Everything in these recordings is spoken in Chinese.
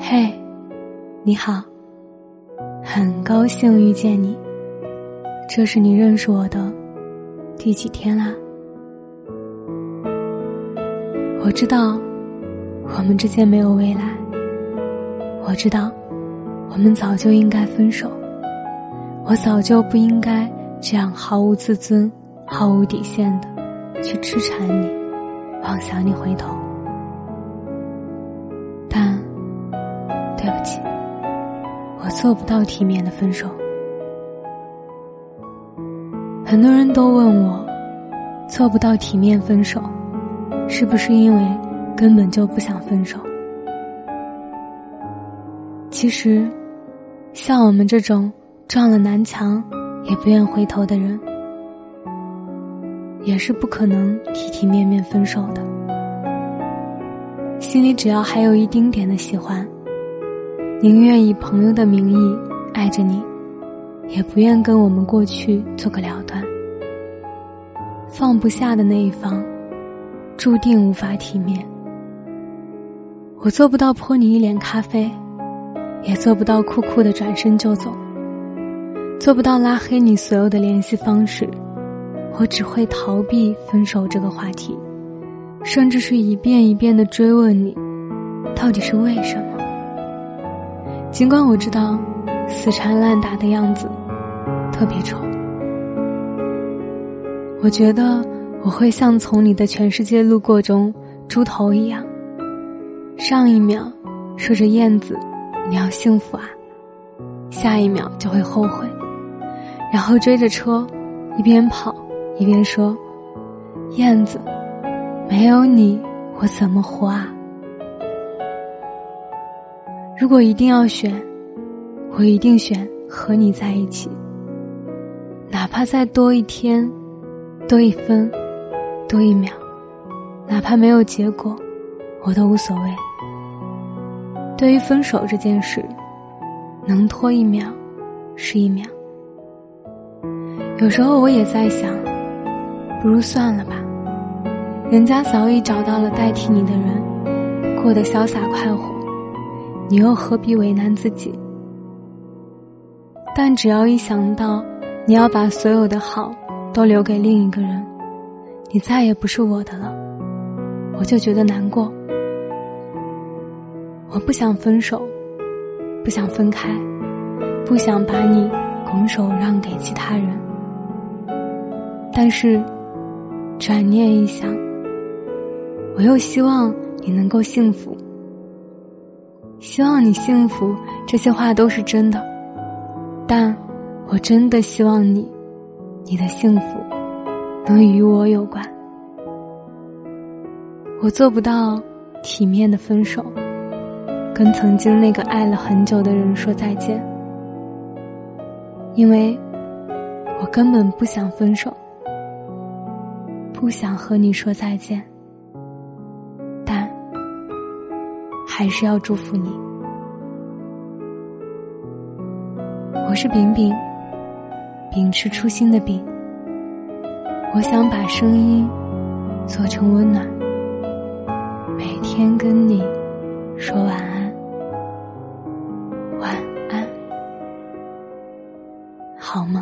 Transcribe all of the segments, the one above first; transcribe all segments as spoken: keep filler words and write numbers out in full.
嘿，你好，很高兴遇见你。这是你认识我的第几天啦？我知道我们之间没有未来，我知道我们早就应该分手，我早就不应该这样毫无自尊毫无底线的去痴缠你，妄想你回头。但对不起，我做不到体面的分手。很多人都问我，做不到体面分手，是不是因为根本就不想分手？其实，像我们这种撞了南墙也不愿回头的人，也是不可能体体面面分手的。心里只要还有一丁点的喜欢，宁愿以朋友的名义爱着你，也不愿跟我们过去做个了断。放不下的那一方，注定无法体面。我做不到泼你一脸咖啡，也做不到酷酷的转身就走，做不到拉黑你所有的联系方式。我只会逃避分手这个话题，甚至是一遍一遍地追问你，到底是为什么？尽管我知道死缠烂打的样子特别丑，我觉得我会像从你的全世界路过中猪头一样，上一秒说着燕子你要幸福啊，下一秒就会后悔，然后追着车一边跑一边说，燕子没有你我怎么活啊？如果一定要选，我一定选和你在一起，哪怕再多一天多一分多一秒，哪怕没有结果我都无所谓。对于分手这件事，能拖一秒是一秒。有时候我也在想，不如算了吧，人家早已找到了代替你的人，过得潇洒快活，你又何必为难自己？但只要一想到你要把所有的好都留给另一个人，你再也不是我的了，我就觉得难过。我不想分手，不想分开，不想把你拱手让给其他人。但是转念一想，我又希望你能够幸福，希望你幸福，这些话都是真的，但我真的希望你你的幸福能与我有关。我做不到体面的分手，跟曾经那个爱了很久的人说再见，因为我根本不想分手，不想和你说再见，但还是要祝福你。我是饼饼，秉持初心的饼，我想把声音做成温暖，每天跟你说晚安，晚安，好梦。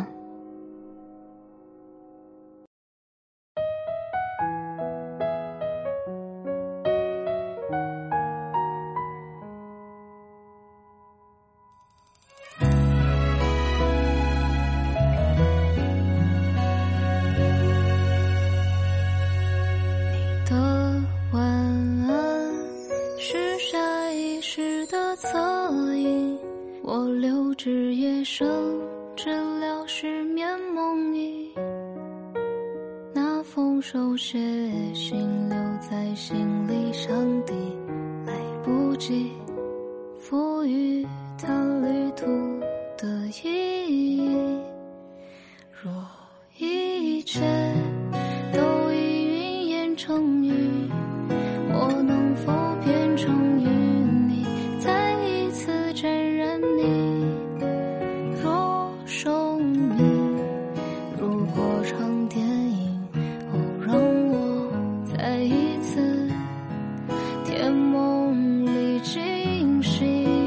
侧影，我留至夜深，治疗失眠梦呓。那封手写信留在心里，上帝来不及赋予它旅途的意义。若一切都已云烟成雨，我能否变成与你再一次沾染你若生命？如果场电影哦，让我再一次甜梦里惊醒。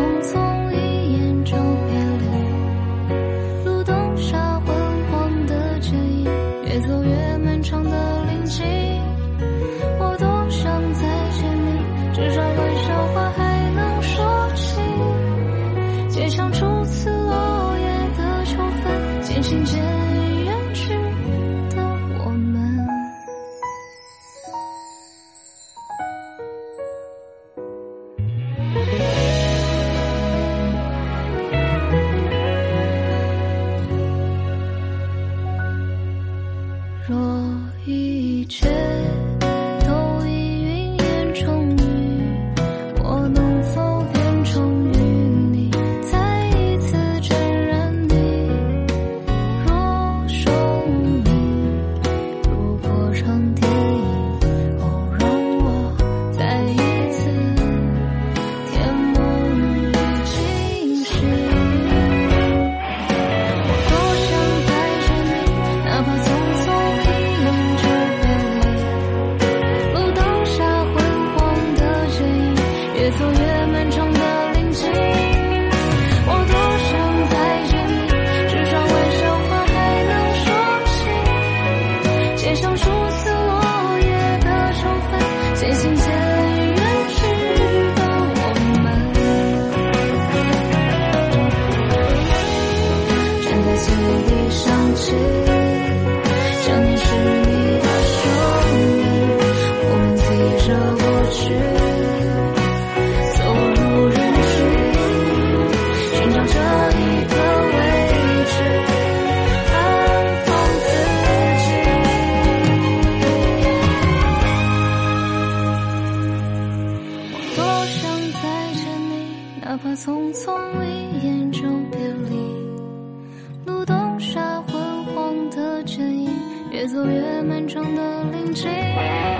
匆一眼就别离。路灯下昏黄的剪影，越走越漫长的林径。我多想再见你，至少玩笑话还能说起。街巷初次落叶的秋分，渐行渐远去的我们。若一切都已云烟成雨，我能否变成与你再一次沾染你？若生命如果场电影，哦，让我再一次甜梦与惊喜。我多想再见你，哪怕匆匆一眼就别离。路灯下昏黄的剪影，越走越漫长的林径。我多想再见你，至少玩笑话还能说起。街上初次落叶的秋分，渐行渐远去的我们。站在街里想起想念是你的声音，我们提着过去走入人群，寻找这一个位置安放自己。我多想再见你，哪怕匆匆一眼就别离。路灯下昏黄的剪影，越走越漫长的林径。